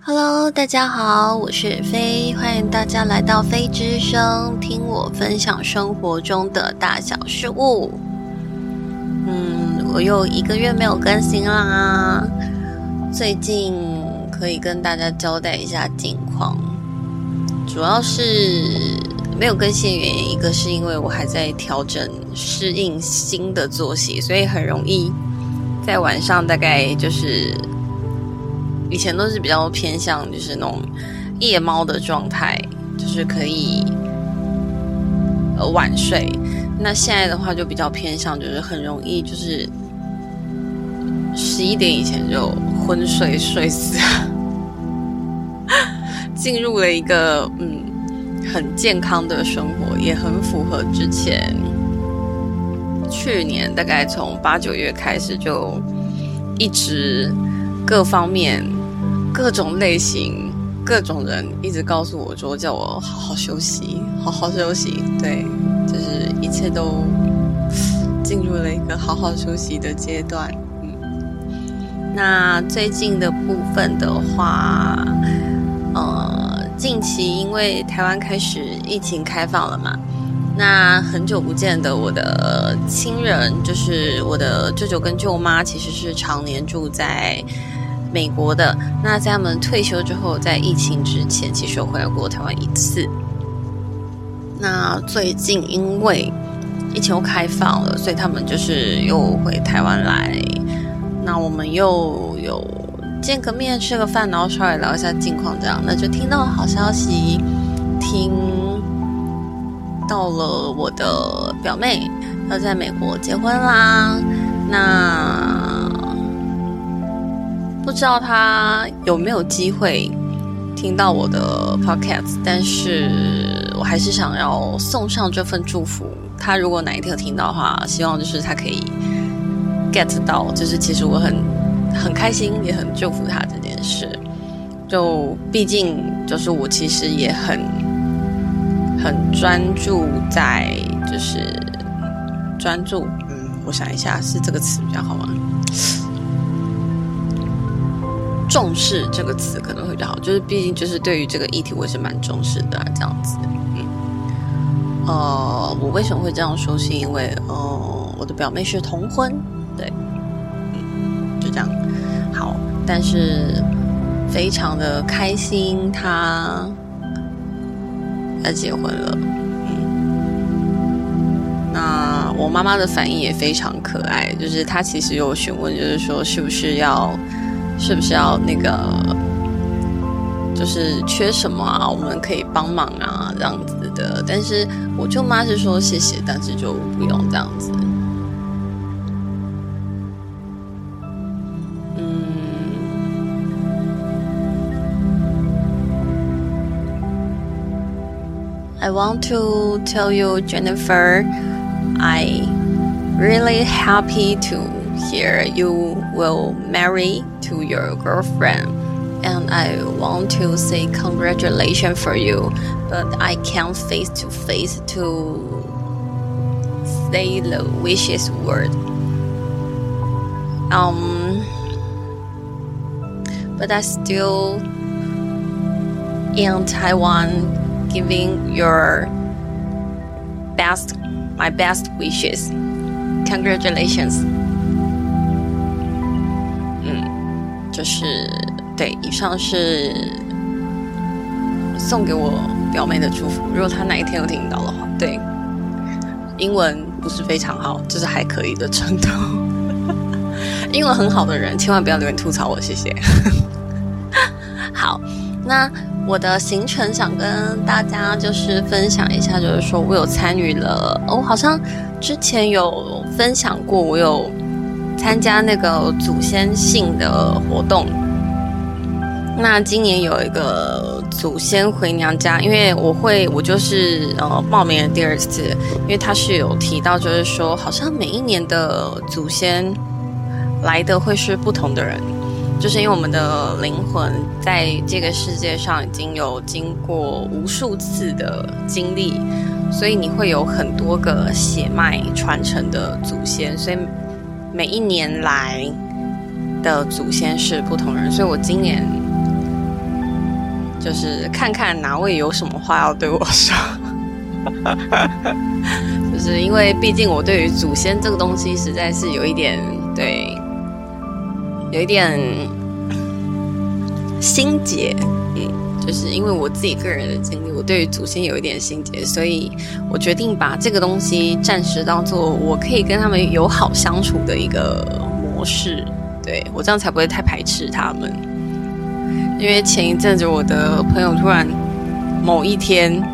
Hello， 大家好，我是飞，欢迎大家来到飞之声，听我分享生活中的大小事物。我又1个月没有更新啦，最近可以跟大家交代一下近况，主要是没有更新的原因，一个是因为我还在调整适应新的作息，所以很容易在晚上大概就是以前都是比较偏向就是那种夜猫的状态，就是可以晚睡。那现在的话就比较偏向就是很容易就是11点以前就昏睡睡死，进入了一个很健康的生活，也很符合之前去年大概从8、9月开始就一直各方面各种类型各种人一直告诉我说叫我好好休息好好休息，对，就是一切都进入了一个好好休息的阶段。那最近的部分的话近期因为台湾开始疫情开放了嘛，那很久不见的我的亲人，就是我的舅舅跟舅妈，其实是常年住在美国的。那在他们退休之后，在疫情之前其实有回来过台湾1次。那最近因为疫情又开放了，所以他们就是又回台湾来，那我们又有见个面吃个饭，然后稍微聊一下近况这样。那就听到了好消息，听到了我的表妹要在美国结婚啦。那不知道她有没有机会听到我的 podcast， 但是我还是想要送上这份祝福。她如果哪一天有听到的话，希望就是她可以 get 到，就是其实我很开心，也很祝福她这件事。就毕竟就是我其实也很专注在就是专注，我想一下是这个词比较好吗？重视这个词可能会比较好，就是毕竟就是对于这个议题我也是蛮重视的这样子。我为什么会这样说？是因为我的表妹是同婚，对，就这样。好，但是非常的开心，她要结婚了。那我妈妈的反应也非常可爱，就是她其实有询问，就是说是不是要那个，就是缺什么啊，我们可以帮忙啊这样子的。但是我舅妈是说谢谢，但是就不用这样子。I want to tell you, Jennifer, I really happy to hear you will marry to your girlfriend, and I want to say congratulations for you, but I can't face to face to say the wishes word. But I still in Taiwan giving my best wishes. Congratulations. 就是对，以上是送给我表妹的祝福。如果她哪一天有听到的话，对，英文不是非常好，就是还可以的程度。英文很好的人，千万不要留言吐槽我，谢谢。好，那我的行程想跟大家就是分享一下，就是说我有参与了，好像之前有分享过，我有参加那个祖先信的活动。那今年有一个祖先回娘家，因为我就是报名了第2次，因为他是有提到，就是说好像每一年的祖先来的会是不同的人，就是因为我们的灵魂在这个世界上已经有经过无数次的经历，所以你会有很多个血脉传承的祖先，所以每一年来的祖先是不同人，所以我今年就是看看哪位有什么话要对我说。就是因为毕竟我对于祖先这个东西实在是有一点心结，就是因为我自己个人的经历，我对于祖先有一点心结，所以我决定把这个东西暂时当做我可以跟他们友好相处的一个模式，对，我这样才不会太排斥他们。因为前一阵子我的朋友突然某一天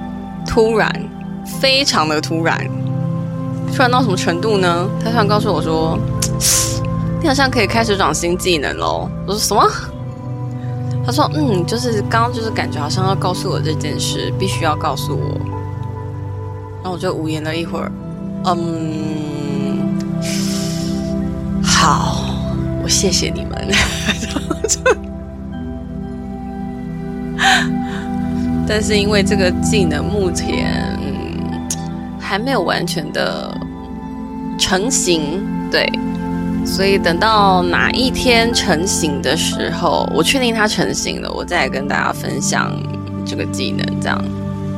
非常的突然到什么程度呢？他突然告诉我说，你好像可以开始长新技能咯。我说什么？他说就是刚刚就是感觉好像要告诉我这件事，必须要告诉我。然后我就无言了一会儿，好，我谢谢你们。但是因为这个技能目前还没有完全的成型，对，所以等到哪一天成型的时候，我确定它成型了，我再来跟大家分享这个技能，这样。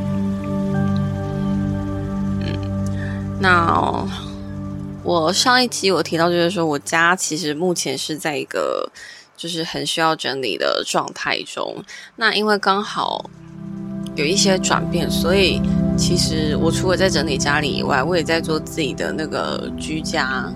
那我上一集我提到就是说我家其实目前是在一个就是很需要整理的状态中，那因为刚好有一些转变，所以其实我除了在整理家里以外，我也在做自己的那个居家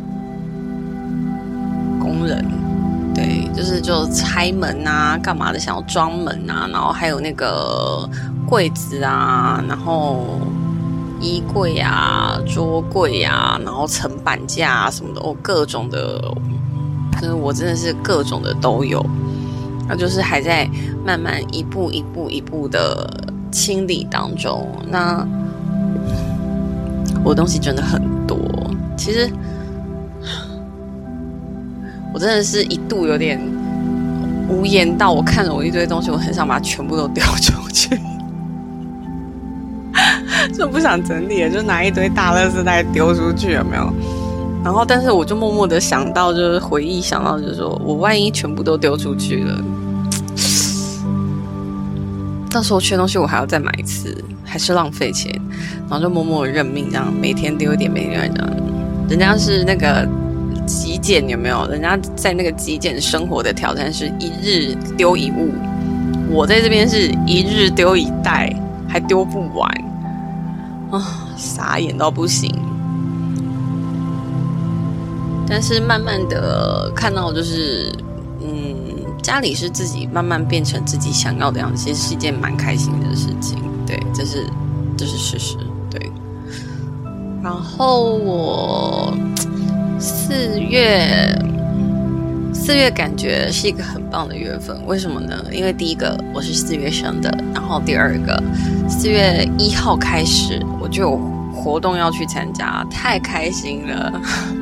工人，对，就拆门啊干嘛的，想要装门啊，然后还有那个柜子啊，然后衣柜啊桌柜啊，然后层板架啊什么的，各种的，就是我真的是各种的都有，那就是还在慢慢一步的清理当中。那我的东西真的很多，其实我真的是一度有点无言到，我看了我一堆东西，我很想把它全部都丢出去，就不想整理了，就拿一堆大垃圾袋丢出去，有没有？然后但是我就默默的想到，就是回忆想到，就是说我万一全部都丢出去了，到时候缺东西我还要再买一次，还是浪费钱，然后就默默的认命，这样每天丢一点，每天这样。人家是那个极简，有没有？人家在那个极简生活的挑战是一日丢一物，我在这边是一日丢一袋，还丢不完啊，傻眼到不行。但是慢慢的看到就是家里是自己慢慢变成自己想要的样子，其实是一件蛮开心的事情，对，这是事实，对。然后我4月感觉是一个很棒的月份，为什么呢？因为第一个我是4月生的，然后第二个4月1号开始我就有活动要去参加，太开心了。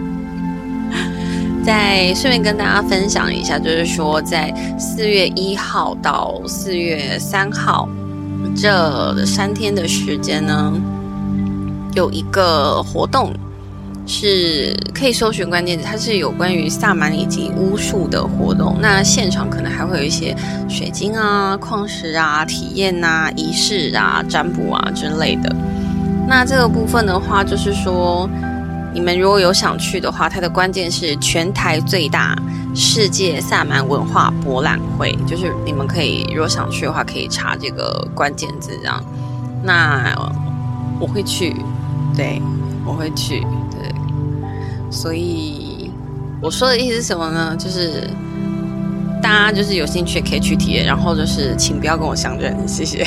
再顺便跟大家分享一下，就是说在4月1号到4月3号这3天的时间呢，有一个活动是可以搜寻关键字，它是有关于萨满以及巫术的活动。那现场可能还会有一些水晶啊、矿石啊、体验啊、仪式啊、占卜啊之类的。那这个部分的话，就是说你们如果有想去的话，它的关键是全台最大世界萨满文化博览会，就是你们可以如果想去的话，可以查这个关键字这样。那我会去，对，我会去，对。所以我说的意思是什么呢？就是大家就是有兴趣可以去体验，然后就是请不要跟我相认，谢谢。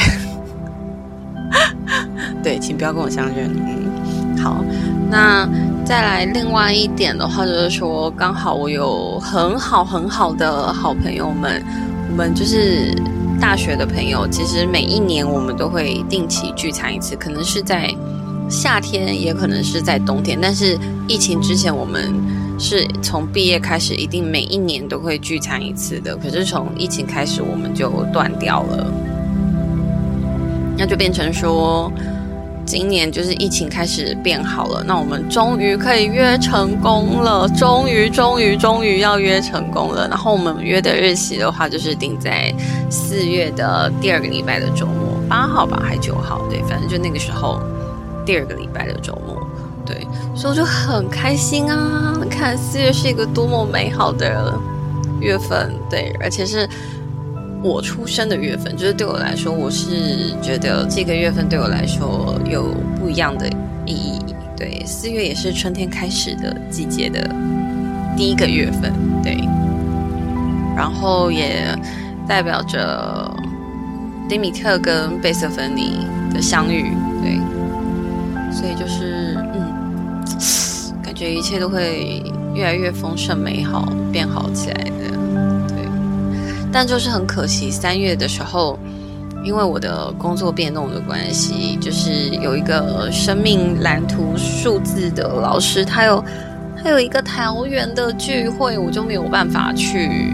对，请不要跟我相认。好，那再来另外一点的话，就是说刚好我有很好的好朋友们，我们就是大学的朋友，其实每一年我们都会定期聚餐一次，可能是在夏天，也可能是在冬天，但是疫情之前我们是从毕业开始一定每一年都会聚餐一次的，可是从疫情开始我们就断掉了，那就变成说今年就是疫情开始变好了，那我们终于可以约成功了，终于要约成功了。然后我们约的日期的话，就是定在4月的第2个礼拜的周末，8号吧，还9号，对，反正就那个时候第2个礼拜的周末，对，所以我就很开心啊！你看4月是一个多么美好的月份，对，而且是我出生的月份，就是对我来说，我是觉得这个月份对我来说有不一样的意义。对，4月也是春天开始的季节的第1个月份，对，然后也代表着迪米特跟贝瑟芬妮的相遇，对，所以就是感觉一切都会越来越丰盛美好，变好起来的。但就是很可惜，3月的时候，因为我的工作变动的关系，就是有一个生命蓝图数字的老师，他有一个桃园的聚会，我就没有办法去，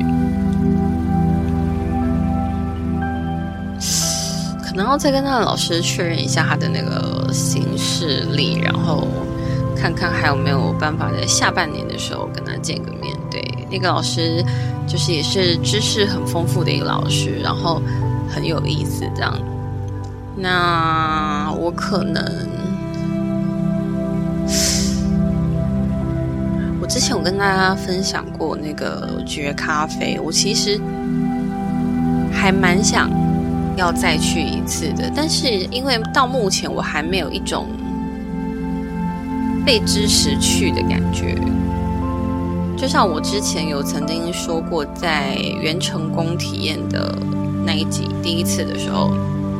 可能要再跟他的老师确认一下他的那个行事历，然后看看还有没有办法在下半年的时候跟他见个面。对，那个老师就是也是知识很丰富的一个老师，然后很有意思这样。那我可能，我之前有跟大家分享过那个绝咖啡，我其实还蛮想要再去一次的，但是因为到目前我还没有一种被支持去的感觉。就像我之前有曾经说过，在元成功体验的那一集第1次的时候，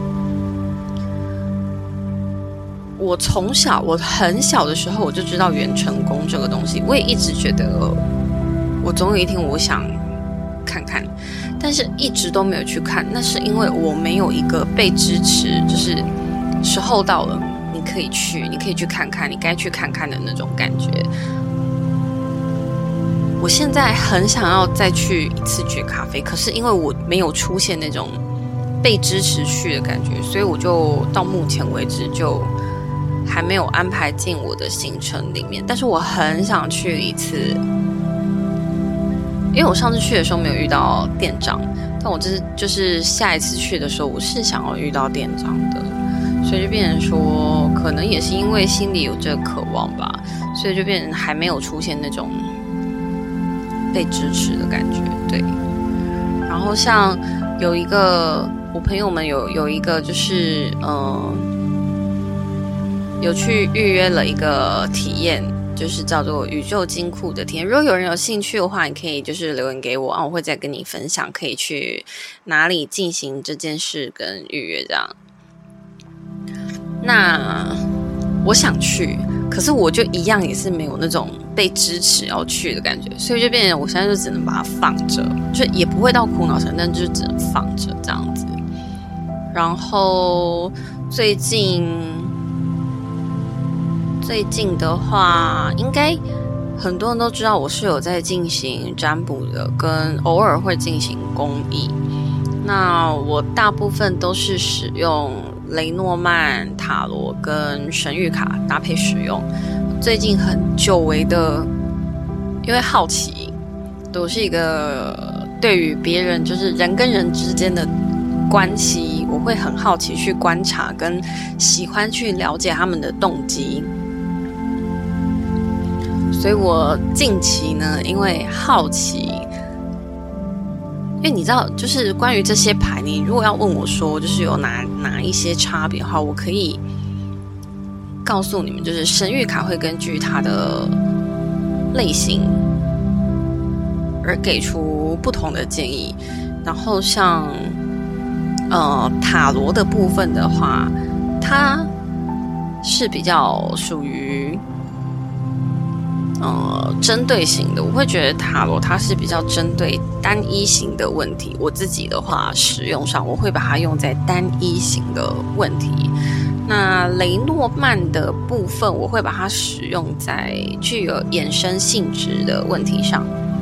我很小的时候我就知道元成功这个东西，我也一直觉得我总有一天我想看看，但是一直都没有去看。那是因为我没有一个被支持，就是时候到了你可以去看看，你该去看看的那种感觉。我现在很想要再去一次绝咖啡，可是因为我没有出现那种被支持去的感觉，所以我就到目前为止就还没有安排进我的行程里面。但是我很想去一次，因为我上次去的时候没有遇到店长，但我就是下一次去的时候，我是想要遇到店长的，所以就变成说，可能也是因为心里有这个渴望吧，所以就变成还没有出现那种被支持的感觉，对。然后像有一个我朋友们有一个就是有去预约了一个体验，就是叫做宇宙金库的体验。如果有人有兴趣的话，你可以就是留言给我啊，我会再跟你分享可以去哪里进行这件事跟预约这样。那我想去，可是我就一样也是没有那种被支持要去的感觉，所以就变成我现在就只能把它放着，就也不会到苦恼成，但就是只能放着这样子。然后最近的话，应该很多人都知道我是有在进行占卜的，跟偶尔会进行公益。那我大部分都是使用雷诺曼塔罗跟神谕卡搭配使用。最近很久违的，因为好奇，我是一个对于别人就是人跟人之间的关系，我会很好奇去观察，跟喜欢去了解他们的动机。所以我近期呢，因为好奇，因为你知道，就是关于这些牌，你如果要问我说，就是有哪一些差别的话，我可以告诉你们，就是神谕卡会根据它的类型而给出不同的建议，然后像塔罗的部分的话，它是比较属于针对型的。我会觉得塔罗它是比较针对单一型的问题，我自己的话使用上我会把它用在单一型的问题。那雷诺曼的部分我会把它使用在具有衍生性质的问题上。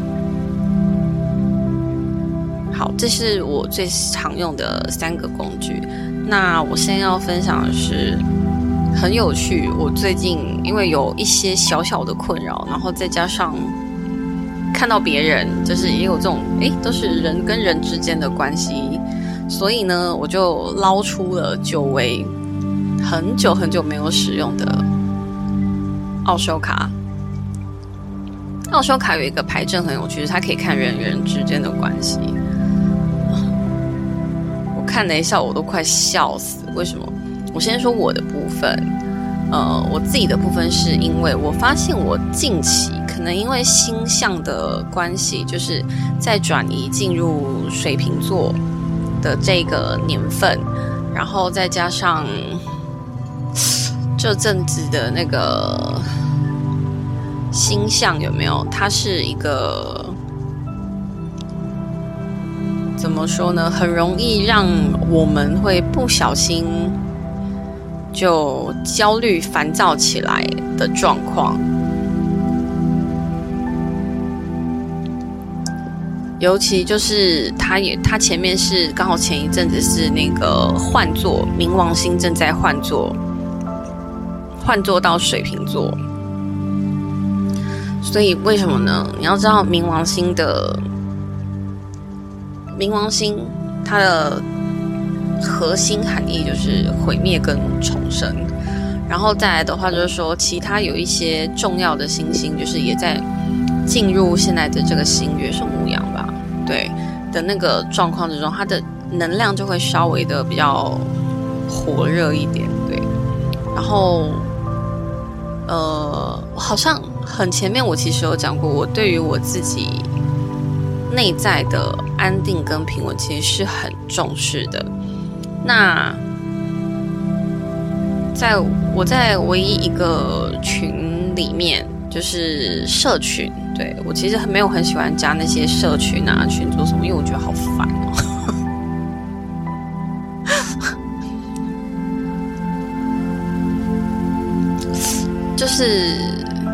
好，这是我最常用的3个工具。那我现在要分享的是很有趣。我最近因为有一些小小的困扰，然后再加上看到别人就是也有这种都是人跟人之间的关系，所以呢我就捞出了久违很久很久没有使用的奥修卡。奥修卡有一个牌阵很有趣，就是它可以看人与人之间的关系。我看了一下，我都快笑死。为什么？我先说我的部分，我自己的部分是因为我发现我近期可能因为星象的关系，就是在转移进入水瓶座的这个年份，然后再加上这阵子的那个星象有没有？它是一个怎么说呢？很容易让我们会不小心就焦虑、烦躁起来的状况。尤其就是它前面是刚好前一阵子是那个换座，冥王星正在换座到水瓶座。所以为什么呢？你要知道冥王星它的核心含义就是毁灭跟重生，然后再来的话就是说其他有一些重要的星星就是也在进入现在的这个新月，是牧羊吧，对的那个状况之中，它的能量就会稍微的比较火热一点，对。然后好像很前面我其实有讲过，我对于我自己内在的安定跟平稳其实是很重视的。那我在唯一一个群里面，就是社群，对，我其实没有很喜欢加那些社群啊群组什么，因为我觉得好烦哦。就是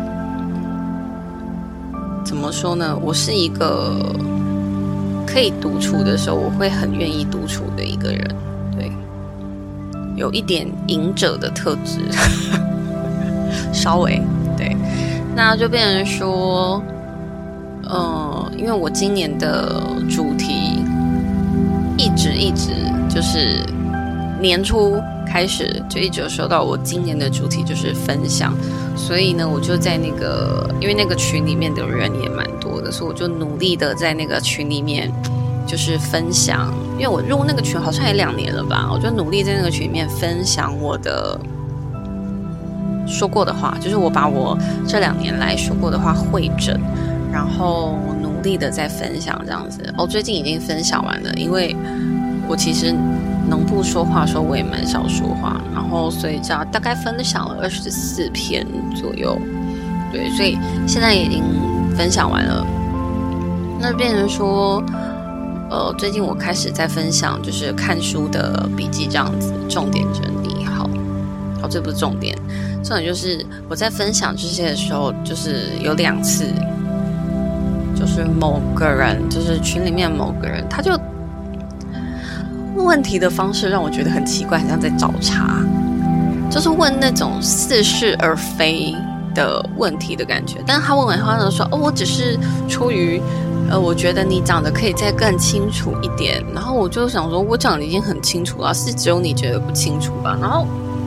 怎么说呢？我是一个可以独处的时候，我会很愿意独处的一个人，对，有一点隐者的特质，稍微对，那就变成说，因为我今年的主题一直就是年初开始就一直有收到，我今年的主题就是分享，所以呢，我就在那个，因为那个群里面的人也蛮多的，所以我就努力的在那个群里面就是分享，因为我入那个群好像也2年了吧，我就努力在那个群里面分享我的说过的话，就是我把我这2年来说过的话汇整，然后努力的在分享这样子。最近已经分享完了，因为我其实能不说话的时候我也蛮少说话，然后所以这样大概分享了24篇左右，对，所以现在已经分享完了。那变成说最近我开始在分享就是看书的笔记这样子，重点整理。好，这不是重点，重点就是我在分享这些的时候，就是有2次，就是某个人，就是群里面某个人，他就问问题的方式让我觉得很奇怪，很像在找茬，就是问那种似是而非的问题的感觉。但是他问完后，他就说：“我只是出于我觉得你讲的可以再更清楚一点。”然后我就想说，我讲的已经很清楚了，是只有你觉得不清楚吧？然后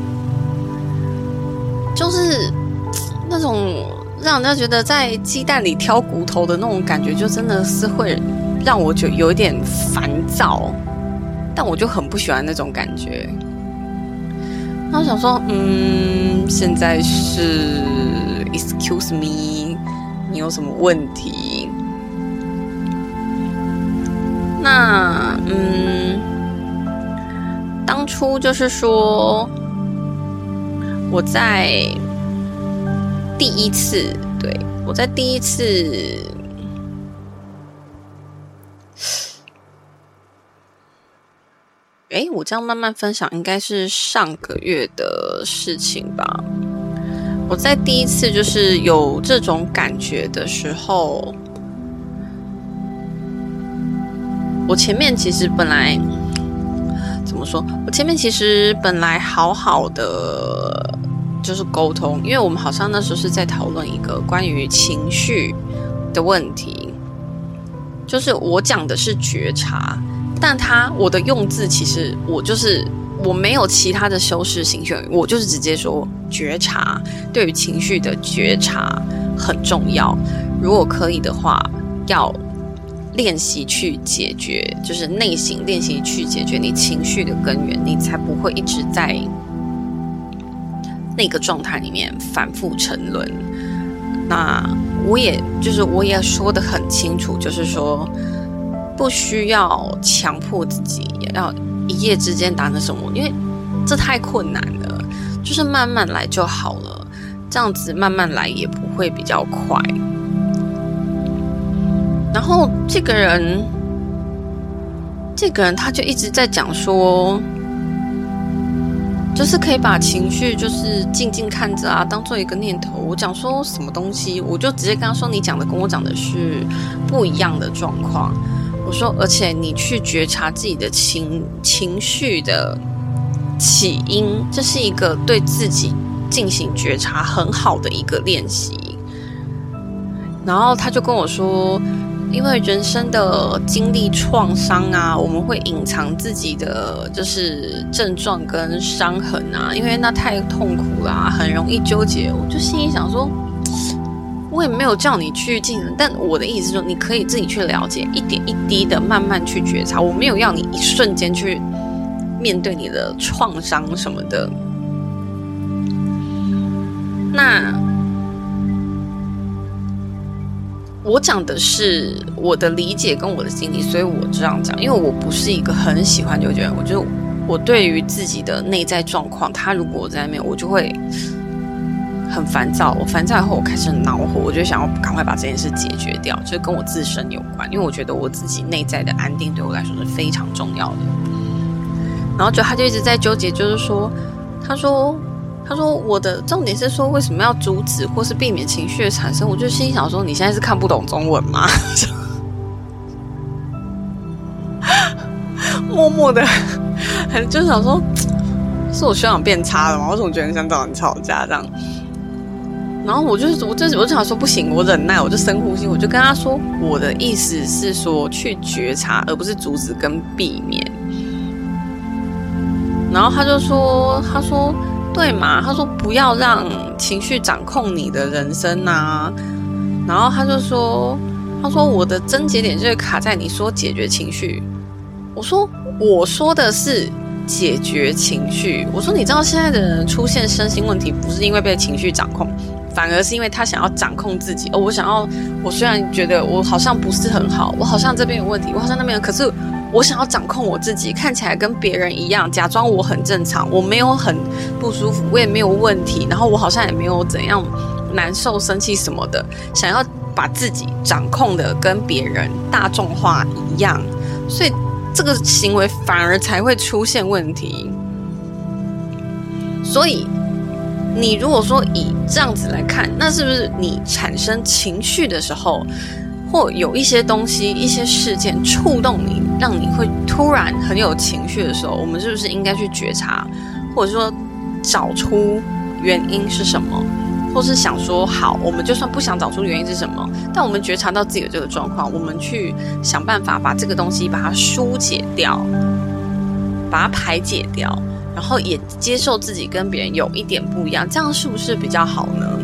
就是那种让人家觉得在鸡蛋里挑骨头的那种感觉，就真的是会让我就有一点烦躁。但我就很不喜欢那种感觉。然后想说，现在是 excuse me， 你有什么问题？那当初就是说我在第一次我这样慢慢分享应该是上个月的事情吧。我在第一次就是有这种感觉的时候，我前面其实本来怎么说？我前面其实本来好好的就是沟通，因为我们好像那时候是在讨论一个关于情绪的问题，就是我讲的是觉察，但我的用字其实我没有其他的修饰形式，我就是直接说觉察，对于情绪的觉察很重要。如果可以的话，要练习去解决，就是内心练习去解决你情绪的根源，你才不会一直在那个状态里面反复沉沦。那我也说得很清楚，就是说不需要强迫自己要一夜之间达成什么，因为这太困难了，就是慢慢来就好了，这样子慢慢来也不会比较快。然后这个人他就一直在讲说，就是可以把情绪就是静静看着啊，当做一个念头。我讲说什么东西，我就直接跟他说，你讲的跟我讲的是不一样的状况。我说，而且你去觉察自己的情绪的起因，这是一个对自己进行觉察很好的一个练习。然后他就跟我说，因为人生的经历创伤啊，我们会隐藏自己的就是症状跟伤痕啊，因为那太痛苦啦，很容易纠结。我就心里想说，我也没有叫你去进行，但我的意思是说，你可以自己去了解，一点一滴的慢慢去觉察。我没有要你一瞬间去面对你的创伤什么的。那我讲的是我的理解跟我的经历，所以我这样讲，因为我不是一个很喜欢纠结的人。我觉得我对于自己的内在状况，他如果我在那边，我就会很烦躁。我烦躁以后，我开始恼火，我就想要赶快把这件事解决掉，就是跟我自身有关。因为我觉得我自己内在的安定对我来说是非常重要的。然后他就一直在纠结，就是说，他说我的重点是说，为什么要阻止或是避免情绪的产生？我就心想说，你现在是看不懂中文吗？默默的，就想说，是我修养变差了吗？为什么觉得很想找人吵架这样？然后我就想说，不行，我忍耐，我就深呼吸，我就跟他说，我的意思是说，去觉察，而不是阻止跟避免。然后他说。对嘛？他说不要让情绪掌控你的人生啊。然后他说我的症结点就是卡在你说解决情绪。我说的是解决情绪。我说你知道现在的人出现身心问题，不是因为被情绪掌控，反而是因为他想要掌控自己。我虽然觉得我好像不是很好，我好像这边有问题，我好像那边有，可是我想要掌控我自己，看起来跟别人一样，假装我很正常，我没有很不舒服，我也没有问题，然后我好像也没有怎样难受、生气什么的，想要把自己掌控的跟别人大众化一样，所以这个行为反而才会出现问题。所以你如果说以这样子来看，那是不是你产生情绪的时候，或有一些东西、一些事件触动你，让你会突然很有情绪的时候，我们是不是应该去觉察，或者说找出原因是什么，或是想说好，我们就算不想找出原因是什么，但我们觉察到自己的这个状况，我们去想办法把这个东西把它疏解掉，把它排解掉，然后也接受自己跟别人有一点不一样，这样是不是比较好呢？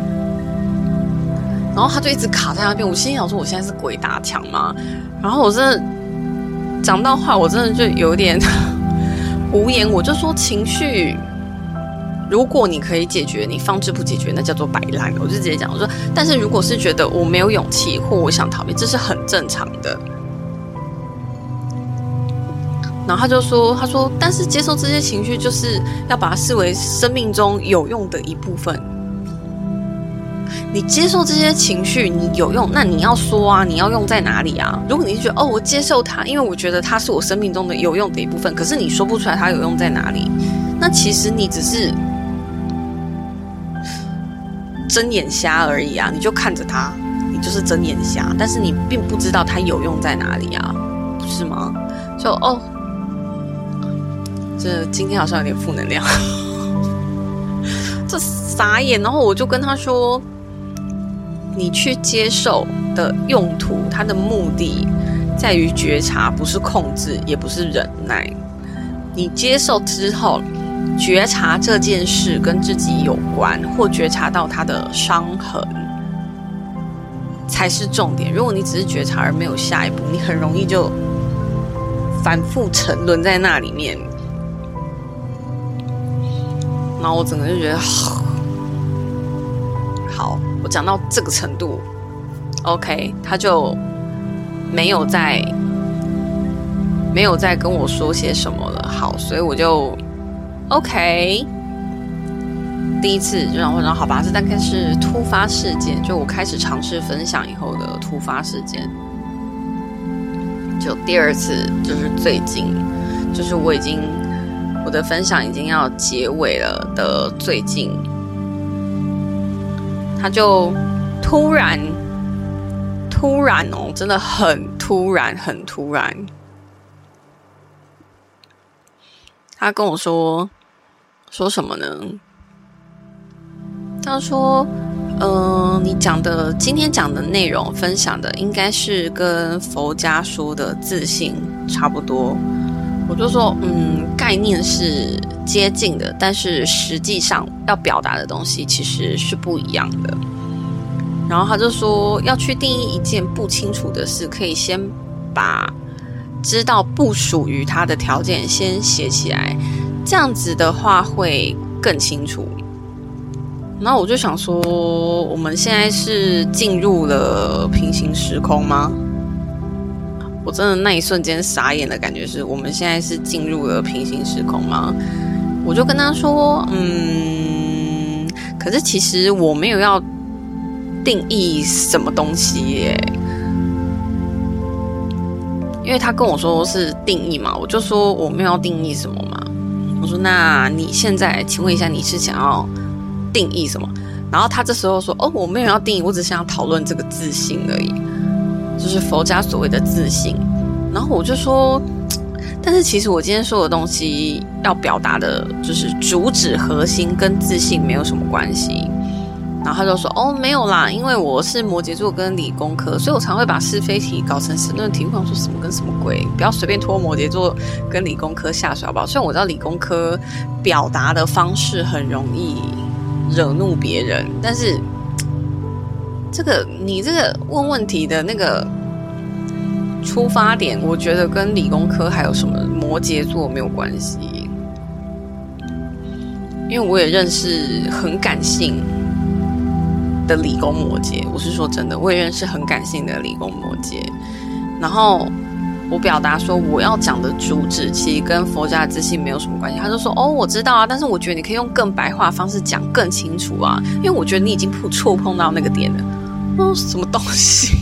然后他就一直卡在那边，我心想说，我现在是鬼打墙吗？然后我真的讲到话，我真的就有点无言。我就说，情绪如果你可以解决，你放置不解决，那叫做摆烂。我就直接讲，我说，但是如果是觉得我没有勇气或我想逃避，这是很正常的。然后他说，但是接受这些情绪，就是要把它视为生命中有用的一部分。你接受这些情绪，你有用，那你要说啊，你要用在哪里啊？如果你是觉得我接受它，因为我觉得它是我生命中的有用的一部分，可是你说不出来它有用在哪里，那其实你只是睁眼瞎而已啊！你就看着它，你就是睁眼瞎，但是你并不知道它有用在哪里啊，不是吗？就这今天好像有点负能量。 这傻眼。然后我就跟他说，你去接受的用途，它的目的在于觉察，不是控制，也不是忍耐。你接受之后，觉察这件事跟自己有关，或觉察到它的伤痕，才是重点。如果你只是觉察而没有下一步，你很容易就反复沉沦在那里面。然后我整个就觉得，好，我讲到这个程度 ，OK， 他就没有再跟我说些什么了。好，所以我就 OK。第一次就让我说好吧，这大概是突发事件，就我开始尝试分享以后的突发事件。就第二次就是最近，就是我的分享已经要结尾了的最近，他就突然哦，真的很突然，他跟我说什么呢？他说你今天讲的内容分享的应该是跟佛家说的自信差不多。我就说概念是接近的，但是实际上要表达的东西其实是不一样的。然后他就说要去定义一件不清楚的事，可以先把知道不属于他的条件先写起来，这样子的话会更清楚。然后我就想说，我们现在是进入了平行时空吗？我真的那一瞬间傻眼的感觉是，我们现在是进入了平行时空吗？我就跟他说，可是其实我没有要定义什么东西耶。因为他跟我说是定义嘛，我就说我没有要定义什么嘛。我说那你现在请问一下，你是想要定义什么？然后他这时候说我没有要定义，我只想要讨论这个自信而已，就是佛家所谓的自信。然后我就说，但是其实我今天说的东西要表达的就是主旨核心跟自信没有什么关系。然后他就说没有啦，因为我是摩羯座跟理工科，所以我常会把是非题搞成申论题。我想说什么跟什么鬼，不要随便拖摩羯座跟理工科下水好不好？虽然我知道理工科表达的方式很容易惹怒别人，但是你这个问题的那个出发点，我觉得跟理工科还有什么摩羯座没有关系。因为我也认识很感性的理工摩羯，我是说真的，我也认识很感性的理工摩羯。然后我表达说我要讲的主旨其实跟佛家的自信没有什么关系。他就说我知道啊，但是我觉得你可以用更白话的方式讲更清楚啊，因为我觉得你已经触碰到那个点了。什么东西？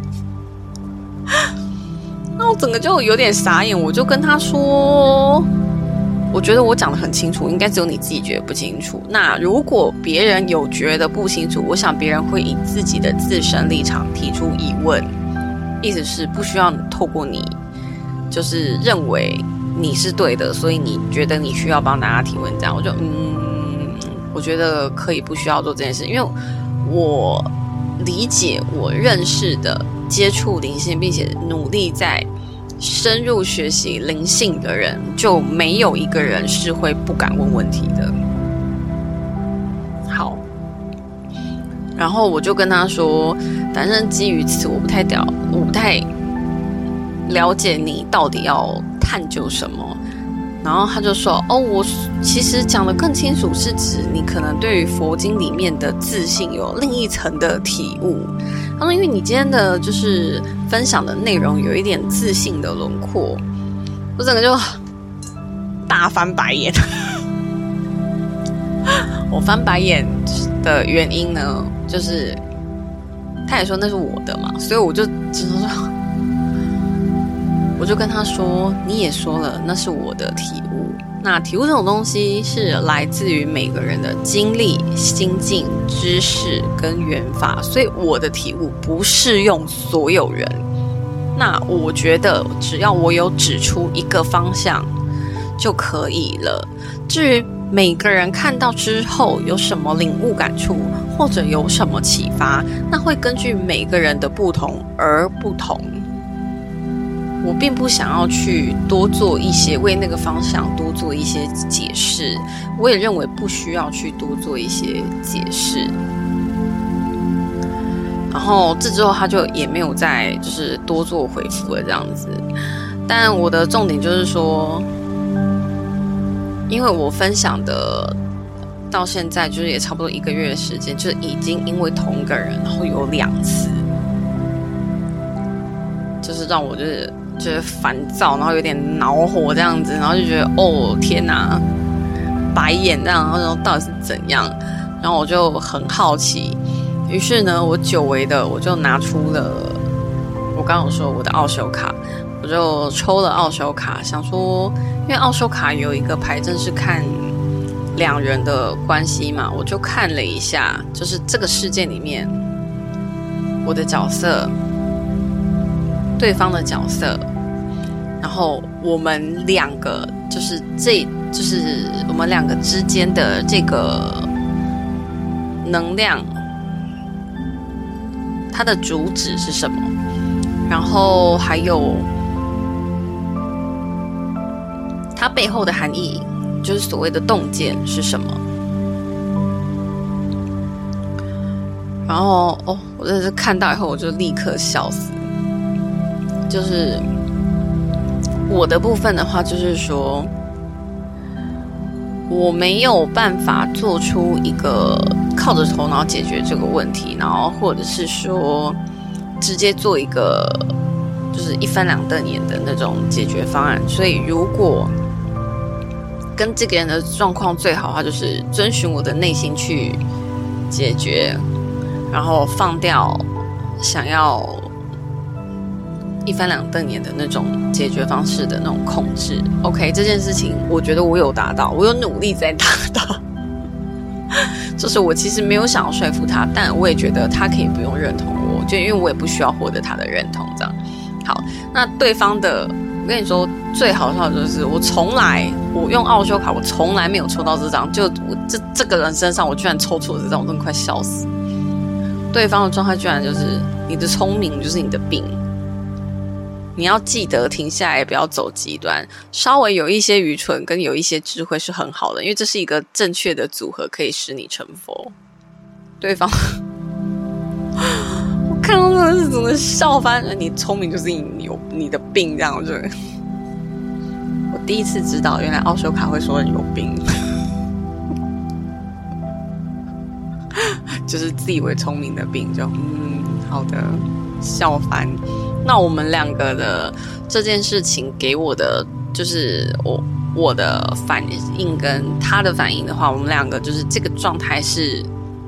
那我整个就有点傻眼。我就跟他说，我觉得我讲得很清楚，应该只有你自己觉得不清楚。那如果别人有觉得不清楚，我想别人会以自己的自身立场提出疑问，意思是不需要透过你就是认为你是对的，所以你觉得你需要帮大家提问，这样我就我觉得可以不需要做这件事。因为我理解我认识的接触灵性并且努力在深入学习灵性的人，就没有一个人是会不敢问问题的。好，然后我就跟他说，反正基于此我不太了解你到底要探究什么。然后他就说我其实讲得更清楚，是指你可能对于佛经里面的自信有另一层的体悟。他说因为你今天的就是分享的内容有一点自信的轮廓，我整个就大翻白眼。我翻白眼的原因呢，就是他也说那是我的嘛，所以我就只能说，我就跟他说，你也说了那是我的体悟。那体悟这种东西是来自于每个人的经历、心境、知识跟缘法，所以我的体悟不适用所有人。那我觉得只要我有指出一个方向就可以了。至于每个人看到之后有什么领悟感触，或者有什么启发，那会根据每个人的不同而不同。我并不想要去多做一些为那个方向多做一些解释，我也认为不需要去多做一些解释。然后这之后他就也没有再就是多做回复了这样子。但我的重点就是说，因为我分享的到现在就是也差不多1个月的时间，就是已经因为同一个人然后有2次，就是让我就是烦躁，然后有点恼火这样子，然后就觉得哦天哪，白眼这样，然后到底是怎样？然后我就很好奇，于是呢，我久违的我就拿出了我刚刚有说我的奥修卡，我就抽了奥修卡，想说，因为奥修卡有一个牌阵是看2人的关系嘛，我就看了一下，就是这个事件里面我的角色，对方的角色，然后我们2个就是我们2个之间的这个能量，它的主旨是什么，然后还有它背后的含义，就是所谓的洞见是什么。然后我真的是看到以后我就立刻笑死。就是我的部分的话，就是说我没有办法做出一个靠着头脑解决这个问题，然后或者是说直接做一个就是一翻两瞪眼的那种解决方案。所以如果跟这个人的状况最好的话，就是遵循我的内心去解决，然后放掉想要一翻两瞪眼的那种解决方式的那种控制。 OK， 这件事情我觉得我有达到，我有努力在达到就是我其实没有想要说服他，但我也觉得他可以不用认同我，就因为我也不需要获得他的认同这样。好，那对方的，我跟你说最好笑的就是我用奥修卡我从来没有抽到这张，就我这个人身上我居然抽出了这张，我真的快笑死。对方的状态居然就是你的聪明就是你的病，你要记得停下来，不要走极端，稍微有一些愚蠢跟有一些智慧是很好的，因为这是一个正确的组合，可以使你成佛。对方我看到真的是整个笑翻，你聪明就是你的病这样。我第一次知道原来奥修卡会说人有病就是自以为聪明的病，就好的，笑翻。那我们2个的这件事情给我的就是我的反应跟他的反应的话，我们2个就是这个状态是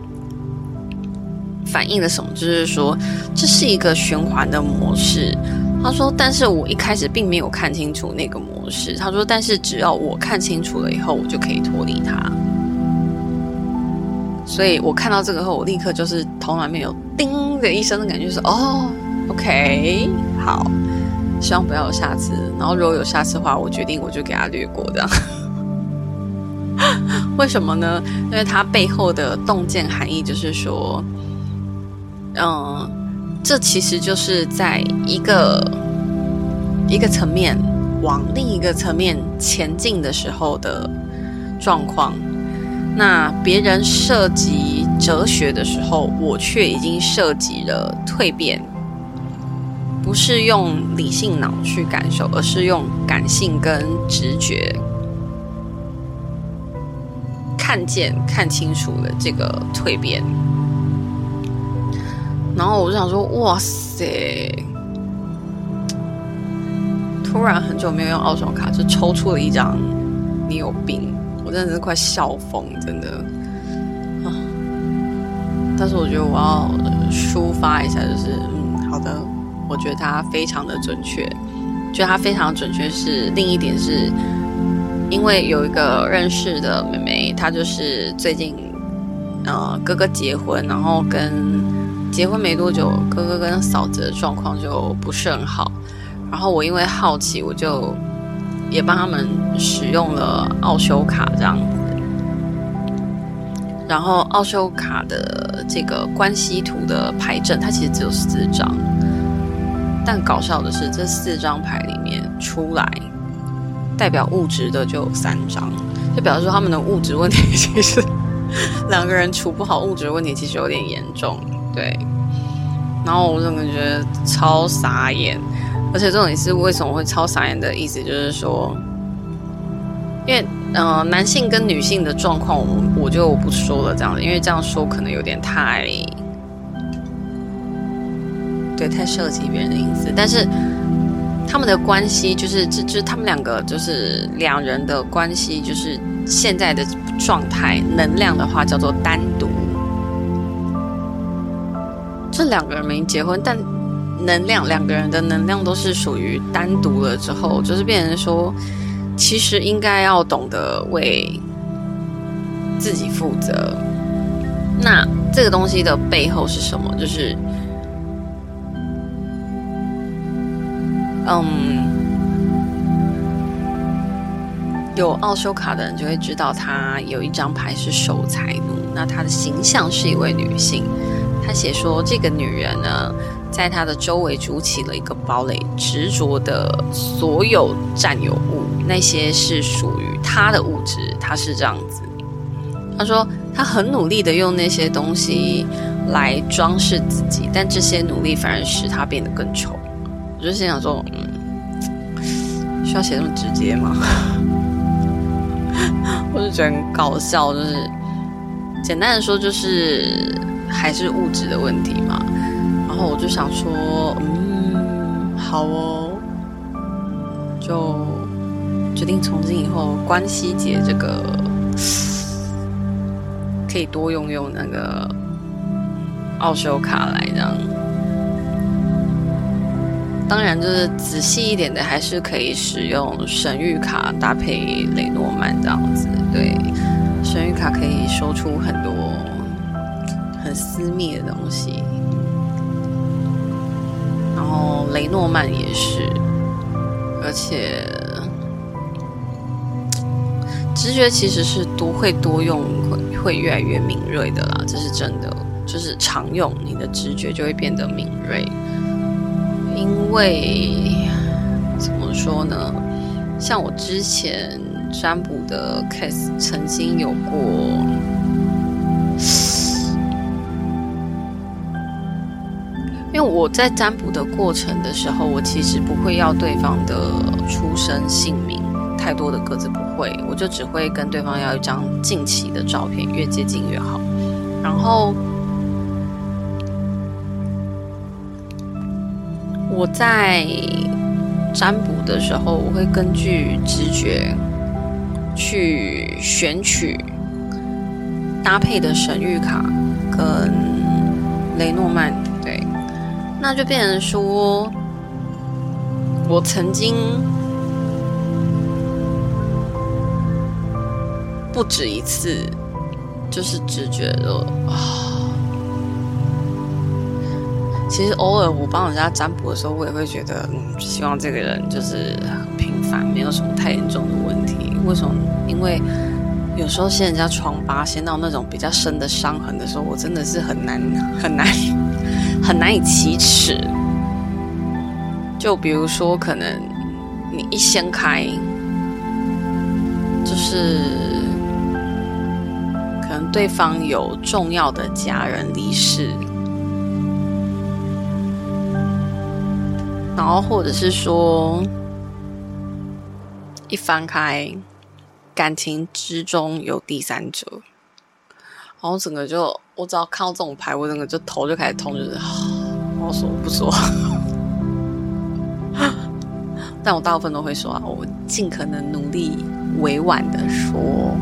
反映了什么，就是说这是一个循环的模式。他说但是我一开始并没有看清楚那个模式，他说但是只要我看清楚了以后，我就可以脱离它。所以我看到这个后，我立刻就是头脑里面有叮的一声的感觉，就是OK， 好，希望不要有下次。然后如果有下次的话，我决定我就给他略过这样。为什么呢？因为它背后的洞见含义就是说，这其实就是在一个层面往另一个层面前进的时候的状况。那别人涉及哲学的时候，我却已经涉及了蜕变，不是用理性脑去感受，而是用感性跟直觉看清楚了这个蜕变。然后我就想说，哇塞，突然很久没有用奥修卡，就抽出了一张你有病，我真的是快笑疯，真的但是我觉得我要抒发一下，就是好的，我觉得它非常的准确。觉得它非常准确是另一点是，因为有一个认识的妹妹，她就是最近哥哥结婚，然后跟结婚没多久，哥哥跟嫂子的状况就不是很好。然后我因为好奇，我就也帮他们使用了奥修卡这样子。 然后奥修卡的这个关系图的牌阵，它其实只有4张，但搞笑的是，这4张牌里面出来代表物质的就有3张，就表示说他们的物质问题其实2个人处不好物质的问题，其实有点严重，对。然后我整个觉得超傻眼，而且这种也是为什么会超傻眼的意思，就是说，因为男性跟女性的状况，我就不说了这样子，因为这样说可能有点太涉及别人的隐私，但是他们的关系就是他们2个就是2人的关系，就是现在的状态能量的话叫做单独。这2个人没结婚，但能量2个人的能量都是属于单独了之后，就是变成说，其实应该要懂得为自己负责。那这个东西的背后是什么？就是有奥修卡的人就会知道，他有一张牌是守财奴，那他的形象是一位女性。他写说，这个女人呢，在她的周围筑起了一个堡垒，执着的所有占有物，那些是属于她的物质，她是这样子。他说，他很努力的用那些东西来装饰自己，但这些努力反而使她变得更丑。我就心想说，需要写这么直接吗？我就觉得很搞笑，就是简单的说，就是还是物质的问题嘛。然后我就想说，好哦，就决定从今以后关系节这个可以多用那个奥修卡来这样。当然，就是仔细一点的，还是可以使用神谕卡搭配雷诺曼这样子。对，神谕卡可以说出很多很私密的东西，然后雷诺曼也是，而且直觉其实是会多用，会越来越敏锐的啦，这是真的。就是常用，你的直觉就会变得敏锐。因为怎么说呢？像我之前占卜的 case 曾经有过，因为我在占卜的过程的时候，我其实不会要对方的出生姓名，太多的个字不会，我就只会跟对方要一张近期的照片，越接近越好。然后我在占卜的时候，我会根据直觉去选取搭配的神谕卡跟雷诺曼，对，那就变成说，我曾经不止一次，就是直觉的其实偶尔我帮人家占卜的时候，我也会觉得，希望这个人就是很平凡，没有什么太严重的问题。为什么？因为有时候掀人家疮疤，掀到那种比较深的伤痕的时候，我真的是很难以启齿。就比如说，可能你一掀开，就是可能对方有重要的家人离世。然后或者是说，一翻开，感情之中有第三者，然后整个就，我只要看到这种牌，我整个就头就开始痛，就是我说我不说，但我大部分都会说我尽可能努力委婉的说，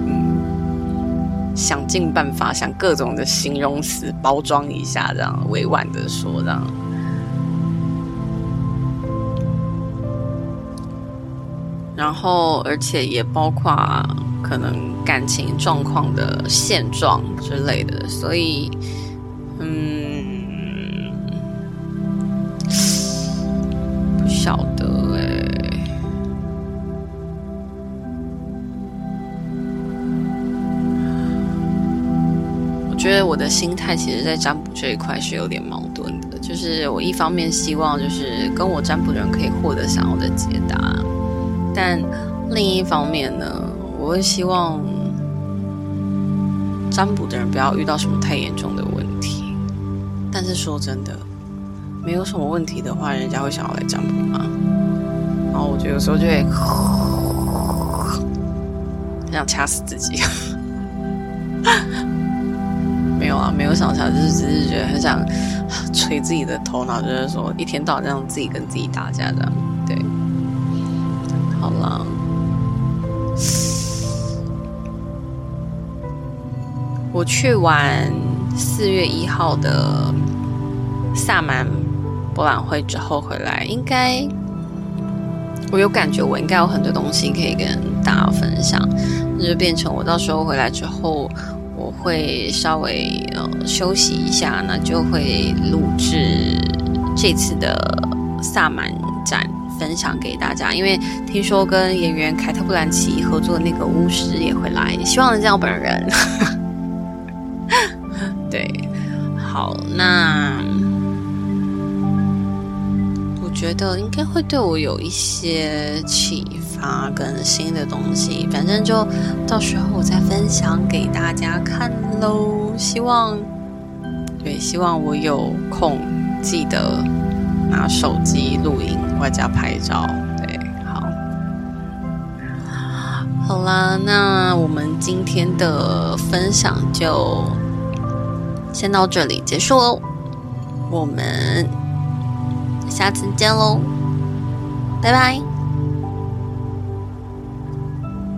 想尽办法，想各种的形容词包装一下，这样委婉的说这样。然后，而且也包括可能感情状况的现状之类的，所以，不晓得觉得我的心态其实在占卜这一块是有点矛盾的，就是我一方面希望就是跟我占卜的人可以获得想要的解答，但另一方面呢，我会希望占卜的人不要遇到什么太严重的问题。但是说真的，没有什么问题的话，人家会想要来占卜吗？然后我觉得有时候就会很想掐死自己。没有啊，没有想掐，就是只是觉得很想捶自己的头脑，就是说一天到晚这样自己跟自己打架这样。对，好啦，我去完4月1号的萨满博览会之后回来，应该我有感觉我应该有很多东西可以跟大家分享，那就变成我到时候回来之后我会稍微休息一下，那就会录制这次的萨满展分享给大家，因为听说跟演员凯特·布兰奇合作的那个巫师也会来，希望能见到本人。对，好，那我觉得应该会对我有一些启发跟新的东西，反正就到时候我再分享给大家看咯。希望我有空记得拿手机录影外加拍照。对，好啦，那我们今天的分享就先到这里结束咯，我们下次见咯，拜拜。